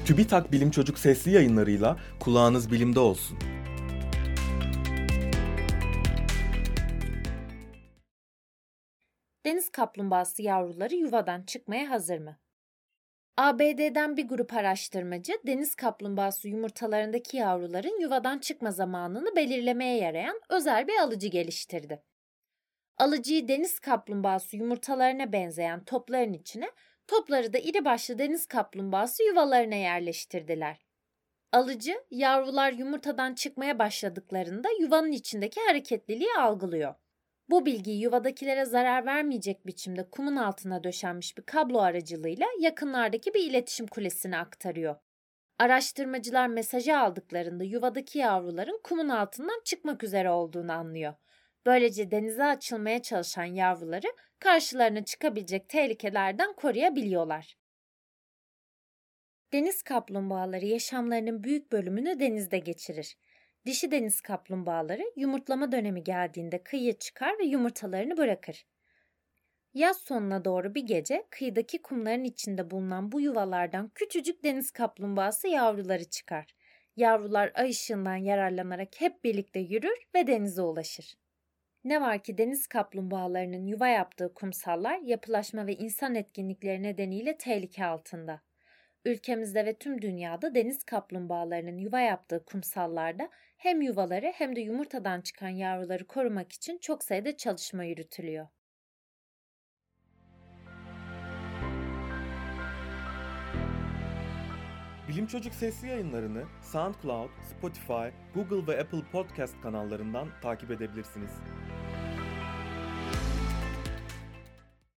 TÜBİTAK Bilim Çocuk sesli yayınlarıyla kulağınız bilimde olsun. Deniz kaplumbağası yavruları yuvadan çıkmaya hazır mı? ABD'den bir grup araştırmacı deniz kaplumbağası yumurtalarındaki yavruların yuvadan çıkma zamanını belirlemeye yarayan özel bir alıcı geliştirdi. Alıcıyı deniz kaplumbağası yumurtalarına benzeyen topların içine, topları da iri başlı deniz kaplumbağası yuvalarına yerleştirdiler. Alıcı, yavrular yumurtadan çıkmaya başladıklarında yuvanın içindeki hareketliliği algılıyor. Bu bilgiyi yuvadakilere zarar vermeyecek biçimde kumun altına döşenmiş bir kablo aracılığıyla yakınlardaki bir iletişim kulesine aktarıyor. Araştırmacılar mesajı aldıklarında yuvadaki yavruların kumun altından çıkmak üzere olduğunu anlıyor. Böylece denize açılmaya çalışan yavruları karşılarına çıkabilecek tehlikelerden koruyabiliyorlar. Deniz kaplumbağaları yaşamlarının büyük bölümünü denizde geçirir. Dişi deniz kaplumbağaları yumurtlama dönemi geldiğinde kıyıya çıkar ve yumurtalarını bırakır. Yaz sonuna doğru bir gece kıyıdaki kumların içinde bulunan bu yuvalardan küçücük deniz kaplumbağası yavruları çıkar. Yavrular ay ışığından yararlanarak hep birlikte yürür ve denize ulaşır. Ne var ki deniz kaplumbağalarının yuva yaptığı kumsallar yapılaşma ve insan etkinlikleri nedeniyle tehlike altında. Ülkemizde ve tüm dünyada deniz kaplumbağalarının yuva yaptığı kumsallarda hem yuvaları hem de yumurtadan çıkan yavruları korumak için çok sayıda çalışma yürütülüyor. Bilim Çocuk sesli yayınlarını SoundCloud, Spotify, Google ve Apple Podcast kanallarından takip edebilirsiniz.